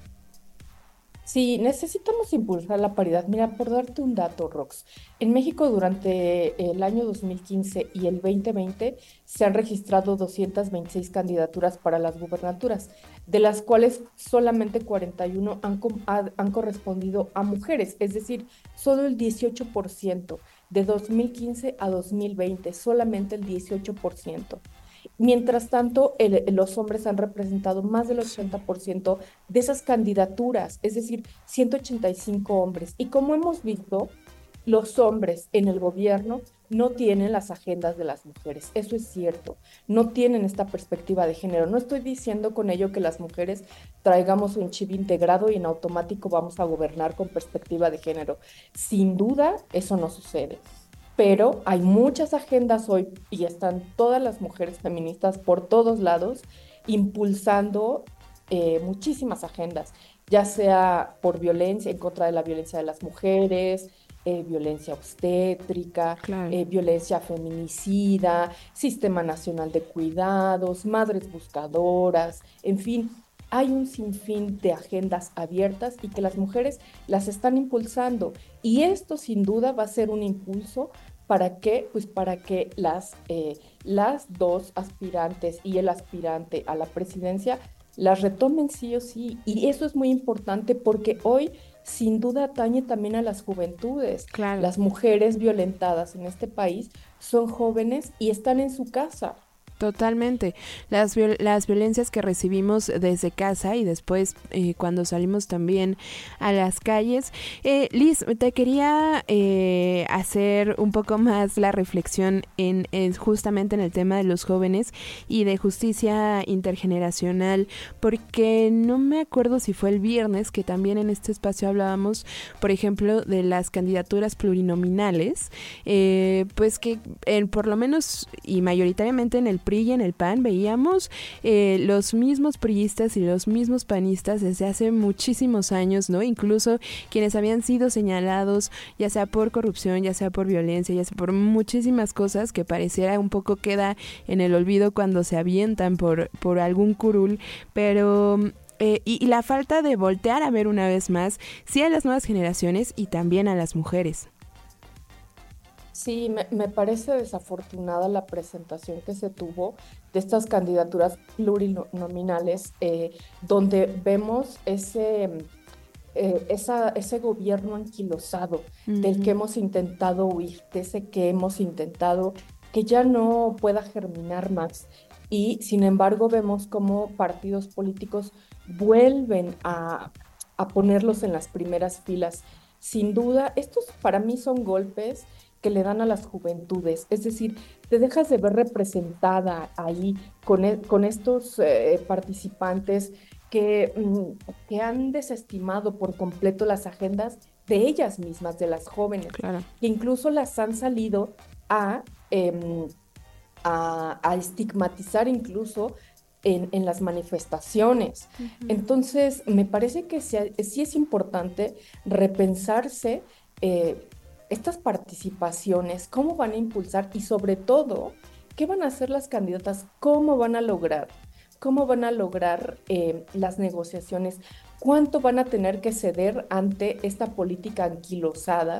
Sí, necesitamos impulsar la paridad. Mira, por darte un dato, Rox, en México durante el año 2015 y el 2020 se han registrado 226 candidaturas para las gubernaturas, de las cuales solamente 41 han correspondido a mujeres, es decir, solo el 18%, de 2015 a 2020, solamente el 18%. Mientras tanto, los hombres han representado más del 80% de esas candidaturas, es decir, 185 hombres. Y como hemos visto, los hombres en el gobierno no tienen las agendas de las mujeres. Eso es cierto, no tienen esta perspectiva de género. No estoy diciendo con ello que las mujeres traigamos un chip integrado y en automático vamos a gobernar con perspectiva de género. Sin duda, eso no sucede. Pero hay muchas agendas hoy, y están todas las mujeres feministas por todos lados impulsando muchísimas agendas, ya sea por violencia, en contra de la violencia de las mujeres, violencia obstétrica, Claro. violencia feminicida, Sistema Nacional de Cuidados, madres buscadoras, en fin, hay un sinfín de agendas abiertas y que las mujeres las están impulsando. Y esto sin duda va a ser un impulso ¿para qué? Pues para que las dos aspirantes y el aspirante a la presidencia las retomen sí o sí. Y eso es muy importante porque hoy sin duda atañe también a las juventudes. Claro. Las mujeres violentadas en este país son jóvenes y están en su casa. Totalmente. Las violencias que recibimos desde casa y después cuando salimos también a las calles. Liz, te quería hacer un poco más la reflexión en justamente en el tema de los jóvenes y de justicia intergeneracional, porque no me acuerdo si fue el viernes que también en este espacio hablábamos, por ejemplo, de las candidaturas plurinominales, pues que por lo menos y mayoritariamente en el PRI y en el PAN veíamos los mismos priistas y los mismos panistas desde hace muchísimos años, ¿no? Incluso quienes habían sido señalados, ya sea por corrupción, ya sea por violencia, ya sea por muchísimas cosas que pareciera un poco queda en el olvido cuando se avientan por algún curul, pero... y la falta de voltear a ver una vez más, sí a las nuevas generaciones y también a las mujeres. Sí, me parece desafortunada la presentación que se tuvo de estas candidaturas plurinominales, donde vemos ese gobierno anquilosado del que hemos intentado huir, de ese que hemos intentado que ya no pueda germinar más. Y sin embargo vemos cómo partidos políticos vuelven a ponerlos en las primeras filas. Sin duda, estos para mí son golpes que le dan a las juventudes, es decir, te dejas de ver representada ahí con estos participantes que han desestimado por completo las agendas de ellas mismas, de las jóvenes, claro, que incluso las han salido a estigmatizar incluso en las manifestaciones. Uh-huh. Entonces, me parece que sí es importante repensarse estas participaciones, cómo van a impulsar y sobre todo, qué van a hacer las candidatas, cómo van a lograr las negociaciones, cuánto van a tener que ceder ante esta política anquilosada,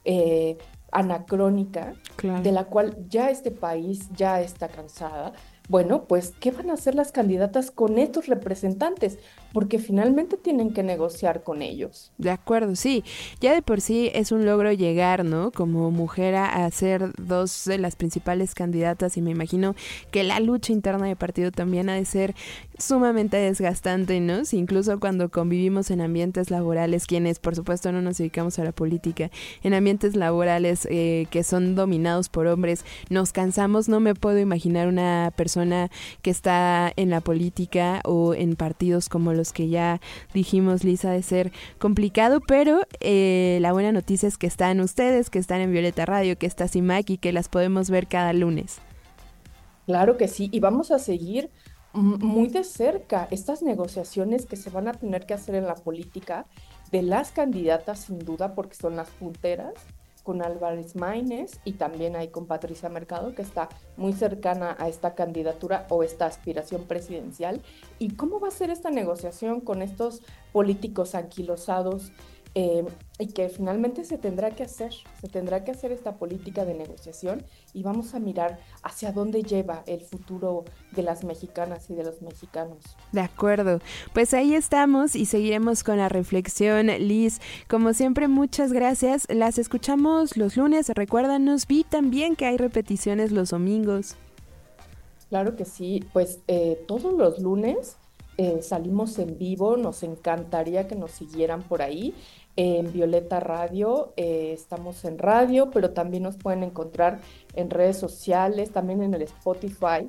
anacrónica, claro, de la cual ya este país ya está cansada. Bueno, pues, ¿qué van a hacer las candidatas con estos representantes? Porque finalmente tienen que negociar con ellos. De acuerdo, sí. Ya de por sí es un logro llegar, ¿no? Como mujer a ser dos de las principales candidatas y me imagino que la lucha interna de partido también ha de ser sumamente desgastante, ¿no? Si incluso cuando convivimos en ambientes laborales, quienes por supuesto no nos dedicamos a la política, en ambientes laborales que son dominados por hombres, nos cansamos. No me puedo imaginar una persona que está en la política o en partidos como los que ya dijimos, Lisa, de ser complicado, pero la buena noticia es que están ustedes, que están en Violeta Radio, que está CIMAC y que las podemos ver cada lunes. Claro que sí, y vamos a seguir muy de cerca estas negociaciones que se van a tener que hacer en la política de las candidatas, sin duda, porque son las punteras, con Álvarez Maínez y también hay con Patricia Mercado, que está muy cercana a esta candidatura o esta aspiración presidencial. ¿Y cómo va a ser esta negociación con estos políticos anquilosados? Y que finalmente se tendrá que hacer esta política de negociación y vamos a mirar hacia dónde lleva el futuro de las mexicanas y de los mexicanos. De acuerdo, pues ahí estamos y seguiremos con la reflexión. Liz, como siempre, muchas gracias. Las escuchamos los lunes, recuérdanos, vi también que hay repeticiones los domingos. Claro que sí, pues todos los lunes salimos en vivo, nos encantaría que nos siguieran por ahí. En Violeta Radio, estamos en radio, pero también nos pueden encontrar en redes sociales, también en el Spotify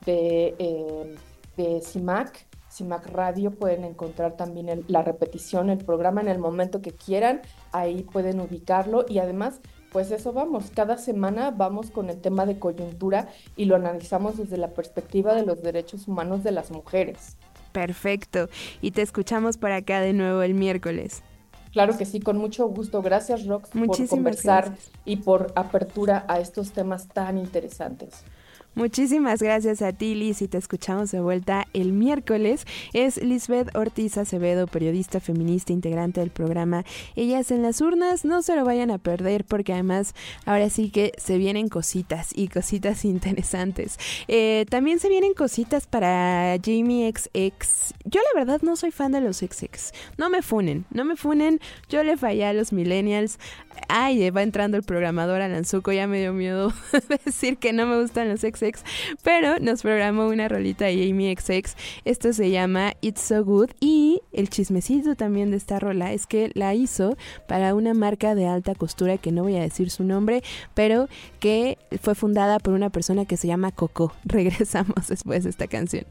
de CIMAC Radio, pueden encontrar también la repetición, el programa en el momento que quieran, ahí pueden ubicarlo y además, pues eso vamos, cada semana vamos con el tema de coyuntura y lo analizamos desde la perspectiva de los derechos humanos de las mujeres. Perfecto, y te escuchamos por acá de nuevo el miércoles. Claro que sí, con mucho gusto. Gracias, Rox, por conversar y por apertura a estos temas tan interesantes. Muchísimas gracias a ti, Liz, y te escuchamos de vuelta el miércoles. Es Lisbeth Ortiz Acevedo, periodista feminista, integrante del programa Ellas en las Urnas. No se lo vayan a perder porque además ahora sí que se vienen cositas y cositas interesantes. También se vienen cositas para Jamie XX. Yo la verdad no soy fan de los XX. No me funen. Yo le fallé a los millennials. Ay, va entrando el programador Alanzuco, ya me dio miedo decir que no me gustan los XX, pero nos programó una rolita de Jamie XX. Esto se llama It's So Good, y el chismecito también de esta rola es que la hizo para una marca de alta costura que no voy a decir su nombre, pero que fue fundada por una persona que se llama Coco. Regresamos después de esta canción.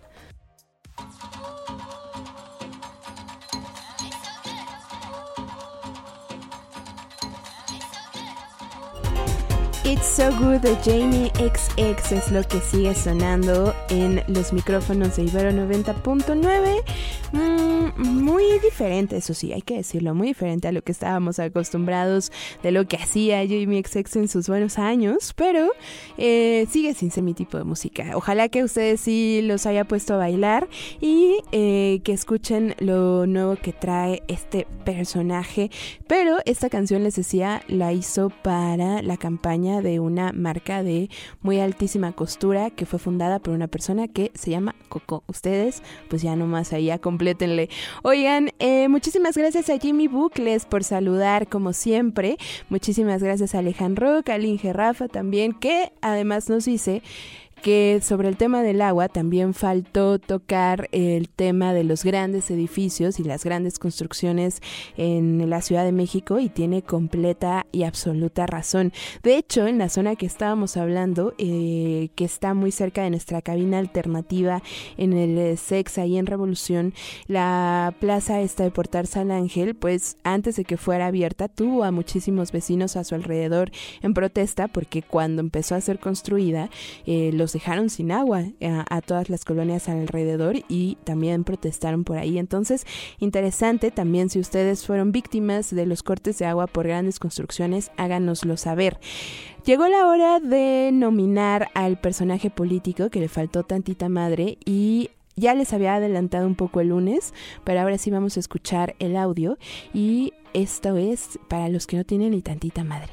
It's So Good de Jamie XX es lo que sigue sonando en los micrófonos de Ibero 90.9. Muy diferente, eso sí, hay que decirlo, muy diferente a lo que estábamos acostumbrados de lo que hacía Jamie XX en sus buenos años, pero sigue sin ser mi tipo de música. Ojalá que ustedes sí los haya puesto a bailar y que escuchen lo nuevo que trae este personaje. Pero esta canción, les decía, la hizo para la campaña de una marca de muy altísima costura que fue fundada por una persona que se llama Coco. Ustedes pues ya nomás ahí complétenle. Oigan, muchísimas gracias a Jimmy Bucles por saludar como siempre. Muchísimas gracias a Alejandro, a Linge Rafa también, que además nos dice que sobre el tema del agua también faltó tocar el tema de los grandes edificios y las grandes construcciones en la Ciudad de México, y tiene completa y absoluta razón. De hecho, en la zona que estábamos hablando, que está muy cerca de nuestra cabina alternativa en el SEX, ahí en Revolución, la plaza esta de Portal San Ángel, pues antes de que fuera abierta, tuvo a muchísimos vecinos a su alrededor en protesta, porque cuando empezó a ser construida, los dejaron sin agua a todas las colonias alrededor, y también protestaron por ahí. Entonces, interesante también, si ustedes fueron víctimas de los cortes de agua por grandes construcciones, háganoslo saber. Llegó la hora de nominar al personaje político que le faltó tantita madre, y ya les había adelantado un poco el lunes, pero ahora sí vamos a escuchar el audio, y esto es para los que no tienen ni tantita madre.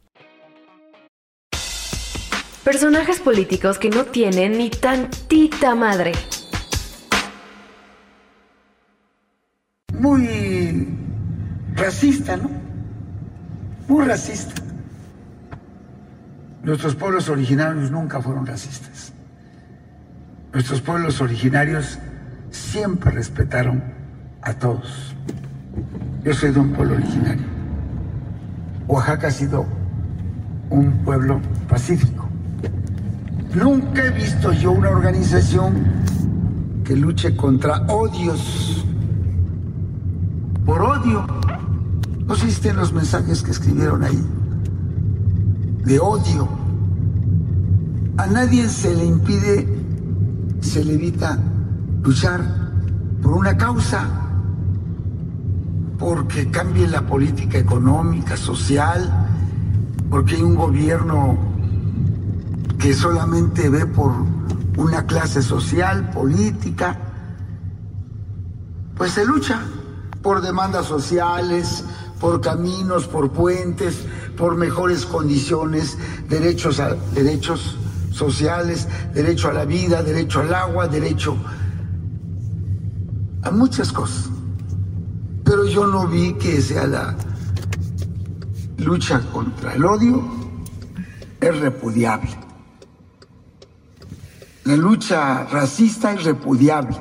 Personajes políticos que no tienen ni tantita madre. Muy racista, ¿no? Muy racista. Nuestros pueblos originarios nunca fueron racistas. Nuestros pueblos originarios siempre respetaron a todos. Yo soy de un pueblo originario. Oaxaca ha sido un pueblo pacífico. Nunca he visto yo una organización que luche contra odios. Por odio. ¿No existen los mensajes que escribieron ahí? De odio. A nadie se le impide, se le evita luchar por una causa, porque cambie la política económica, social, porque hay un gobierno que solamente ve por una clase social, política. Pues se lucha por demandas sociales, por caminos, por puentes, por mejores condiciones, derechos sociales, derecho a la vida, derecho al agua, derecho a muchas cosas. Pero yo no vi que sea la lucha contra el odio, es repudiable. La lucha racista es repudiable.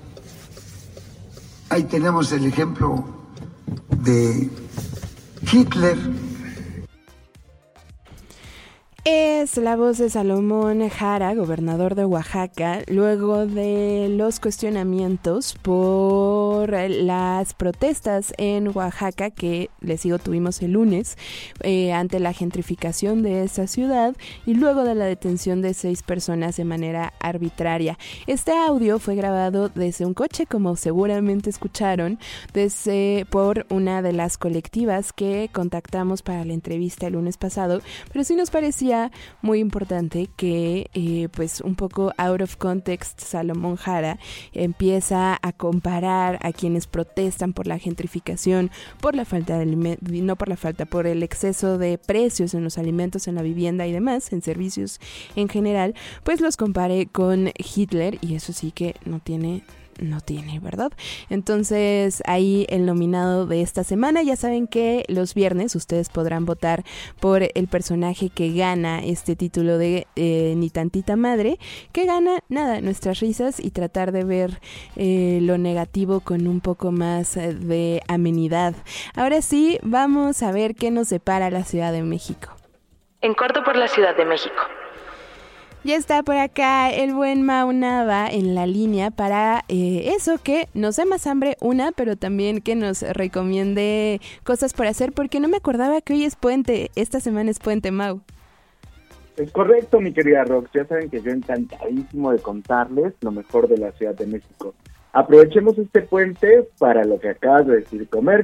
Ahí tenemos el ejemplo de Hitler. Es la voz de Salomón Jara, gobernador de Oaxaca, luego de los cuestionamientos por las protestas en Oaxaca que, les digo, tuvimos el lunes ante la gentrificación de esa ciudad y luego de la detención de 6 personas de manera arbitraria. Este audio fue grabado desde un coche, como seguramente escucharon, por una de las colectivas que contactamos para la entrevista el lunes pasado, pero sí nos parecía muy importante que pues un poco out of context Salomón Jara empieza a comparar a quienes protestan por la gentrificación, por la falta de por el exceso de precios en los alimentos, en la vivienda y demás, en servicios en general, pues los compare con Hitler, y eso sí que no tiene, ¿verdad? Entonces, ahí el nominado de esta semana. Ya saben que los viernes ustedes podrán votar por el personaje que gana este título de Ni Tantita Madre, que gana, nada, nuestras risas y tratar de ver lo negativo con un poco más de amenidad. Ahora sí, vamos a ver qué nos depara la Ciudad de México. En corto por la Ciudad de México. Ya está por acá el buen Mau Nava en la línea para eso, que nos dé más hambre, pero también que nos recomiende cosas por hacer, porque no me acordaba que hoy es puente, esta semana es puente, Mau. Es correcto, mi querida Rox, ya saben que yo encantadísimo de contarles lo mejor de la Ciudad de México. Aprovechemos este puente para lo que acabas de decir, comer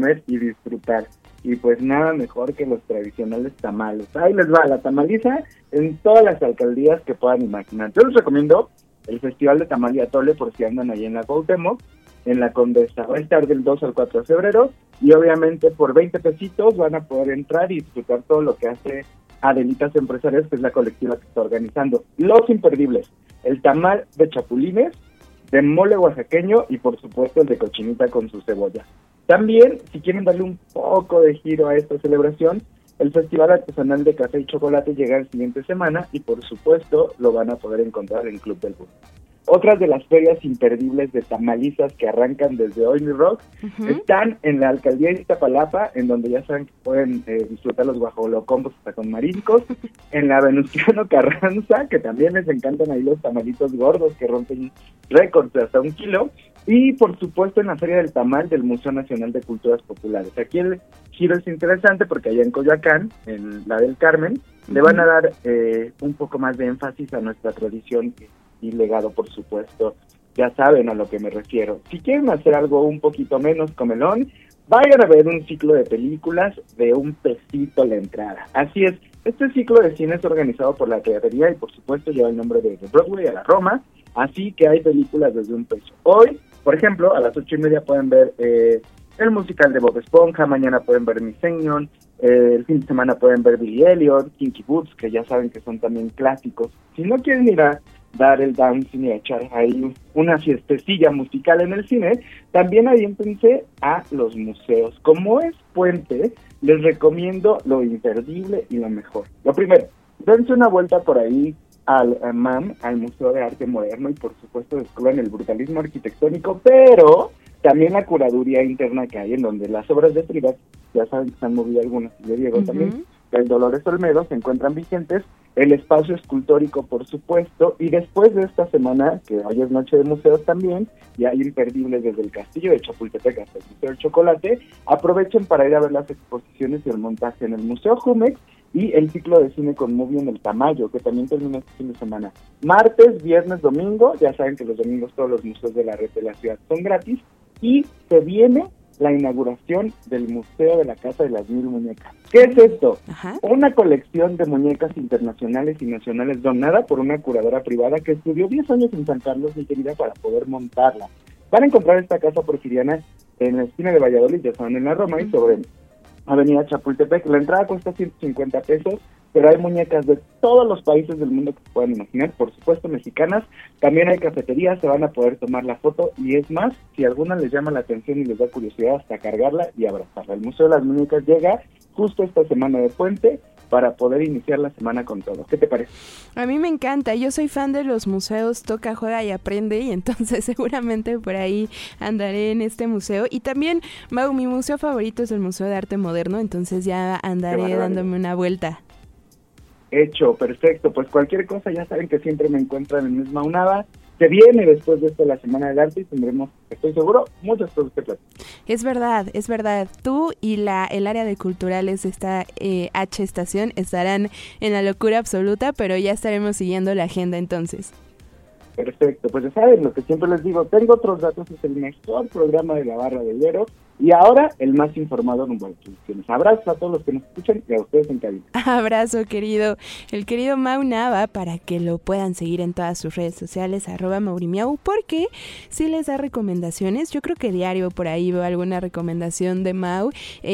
y disfrutar. Y pues nada mejor que los tradicionales tamales. Ahí les va, la tamaliza en todas las alcaldías que puedan imaginar. Yo les recomiendo el Festival de Tamal y Atole, por si andan ahí en la Cuauhtémoc, en la Condesa. Va a estar del 2 al 4 de febrero y obviamente por 20 pesitos van a poder entrar y disfrutar todo lo que hace Adelitas Empresarias, que es la colectiva que está organizando. Los imperdibles, el tamal de chapulines, de mole oaxaqueño y por supuesto el de cochinita con su cebolla. También, si quieren darle un poco de giro a esta celebración, el Festival Artesanal de Café y Chocolate llega la siguiente semana y por supuesto lo van a poder encontrar en Club del Bus. Otras de las ferias imperdibles de tamalizas que arrancan desde hoy, mi Rock, están en la alcaldía de Iztapalapa, en donde ya saben que pueden disfrutar los guajolocombos hasta con mariscos, en la Venustiano Carranza, que también les encantan ahí los tamalitos gordos que rompen récords de hasta 1 kilo, y por supuesto en la Feria del Tamal del Museo Nacional de Culturas Populares. Aquí el giro es interesante porque allá en Coyoacán, en la del Carmen, le van a dar un poco más de énfasis a nuestra tradición y legado, por supuesto. Ya saben a lo que me refiero. Si quieren hacer algo un poquito menos comelón, vayan a ver un ciclo de películas de 1 pesito la entrada. Así es, este ciclo de cine es organizado por la Teatrería y por supuesto lleva el nombre de Broadway a la Roma, así que hay películas desde 1 peso. Hoy, por ejemplo, a las 8:30 pueden ver el musical de Bob Esponja, mañana pueden ver Miss Señor, el fin de semana pueden ver Billy Elliot, Kinky Boots, que ya saben que son también clásicos. Si no quieren ir a dar el dancing y echar ahí una fiestecilla musical en el cine, también aviéntense a los museos. Como es puente, les recomiendo lo imperdible y lo mejor. Lo primero, dense una vuelta por ahí al MAM, al Museo de Arte Moderno, y por supuesto descubran el brutalismo arquitectónico, pero también la curaduría interna que hay, en donde las obras de Frida, ya saben que se han movido algunas, y de Diego también, el Dolores Olmedo, se encuentran vigentes, el espacio escultórico, por supuesto, y después de esta semana, que hoy es Noche de Museos también, y hay imperdibles desde el Castillo de Chapultepec hasta el Museo del Chocolate, aprovechen para ir a ver las exposiciones y el montaje en el Museo Jumex, y el ciclo de cine con Movie en el Tamayo, que también termina este fin de semana. Martes, viernes, domingo, ya saben que los domingos todos los museos de la red de la ciudad son gratis, y se viene la inauguración del Museo de la Casa de las 1000 Muñecas. ¿Qué es esto? Una colección de muñecas internacionales y nacionales donada por una curadora privada que estudió 10 años en San Carlos, mi querida, para poder montarla. Van a encontrar esta casa porfiriana en la esquina de Valladolid, ya saben, en la Roma, y sobre Avenida Chapultepec. La entrada cuesta 150 pesos, pero hay muñecas de todos los países del mundo que se puedan imaginar, por supuesto mexicanas. También hay cafeterías, se van a poder tomar la foto, y es más, si alguna les llama la atención y les da curiosidad, hasta cargarla y abrazarla. El Museo de las Muñecas llega justo esta semana de puente para poder iniciar la semana con todo. ¿Qué te parece? A mí me encanta, yo soy fan de los museos, toca, juega y aprende, y entonces seguramente por ahí andaré en este museo. Y también, Mau, mi museo favorito es el Museo de Arte Moderno, entonces ya andaré dándome una vuelta. Hecho, perfecto. Pues cualquier cosa, ya saben que siempre me encuentran en Misma Unada. Se viene después de esto la Semana del Arte y tendremos, estoy seguro, muchas cosas que platicar. Es verdad. Tú y el área de culturales de esta H Estación estarán en la locura absoluta, pero ya estaremos siguiendo la agenda entonces. Perfecto, pues ya saben, lo que siempre les digo, Tengo Otros Datos es el mejor programa de la barra de Ibero y ahora el más informado rumbo a las elecciones. Abrazos a todos los que nos escuchan y a ustedes en cabina. Abrazo, querido. El querido Mau Nava, para que lo puedan seguir en todas sus redes sociales, @maurimiau, porque sí les da recomendaciones. Yo creo que diario por ahí veo alguna recomendación de Mau,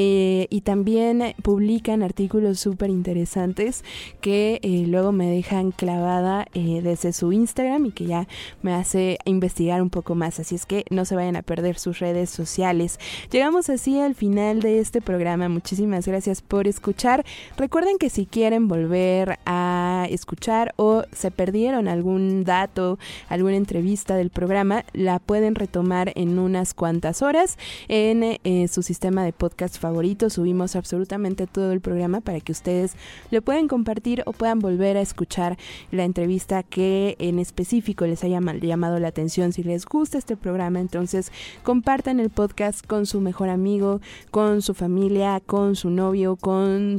y también publican artículos súper interesantes que luego me dejan clavada desde su Instagram y que ya me hace investigar un poco más. Así es que no se vayan a perder sus redes sociales. Llegamos así al final de este programa. Muchísimas gracias por escuchar. Recuerden que si quieren volver a escuchar o se perdieron algún dato, alguna entrevista del programa, la pueden retomar en unas cuantas horas en su sistema de podcast favorito. Subimos absolutamente todo el programa para que ustedes lo puedan compartir o puedan volver a escuchar la entrevista que en específico les haya llamado la atención. Si les gusta este programa, entonces compartan el podcast con su mejor amigo, con su familia, con su novio, con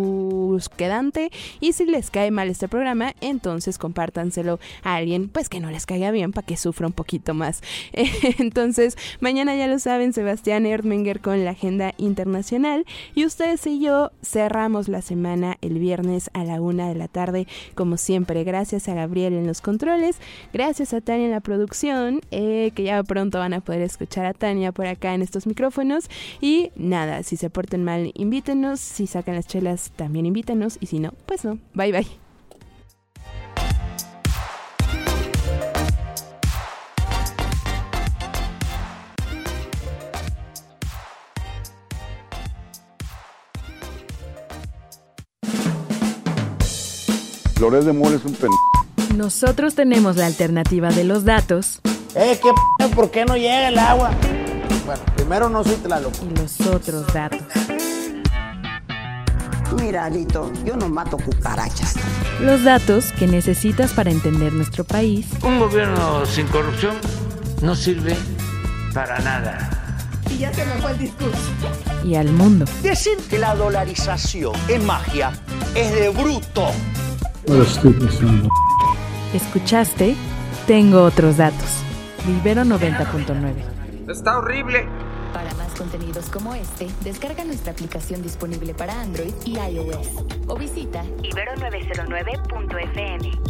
su quedante, y si les cae mal este programa, entonces compártanselo a alguien pues que no les caiga bien para que sufra un poquito más. Entonces mañana, ya lo saben, Sebastián Erdmenger con la agenda internacional, y ustedes y yo cerramos la semana el viernes a la 1 de la tarde como siempre. Gracias a Gabriel en los controles, gracias a Tania en la producción, que ya pronto van a poder escuchar a Tania por acá en estos micrófonos. Y nada, si se porten mal, invítenos. Si sacan las chelas, también invítenos. Y si no, pues no. Bye, bye. Loret de Mola es un Nosotros tenemos la alternativa de los datos. ¿Por qué no llega el agua? Bueno, primero no soy Tlaloc. Y los otros datos. Mira, Alito, yo no mato cucarachas. Los datos que necesitas para entender nuestro país. Un gobierno sin corrupción no sirve para nada. Y ya se me fue el discurso. Y al mundo. Decir que la dolarización es magia es de bruto. Lo estoy pensando. Escuchaste Tengo Otros Datos. De Ibero 90.9. Está horrible. Para más contenidos como este, descarga nuestra aplicación disponible para Android y iOS o visita ibero909.fm.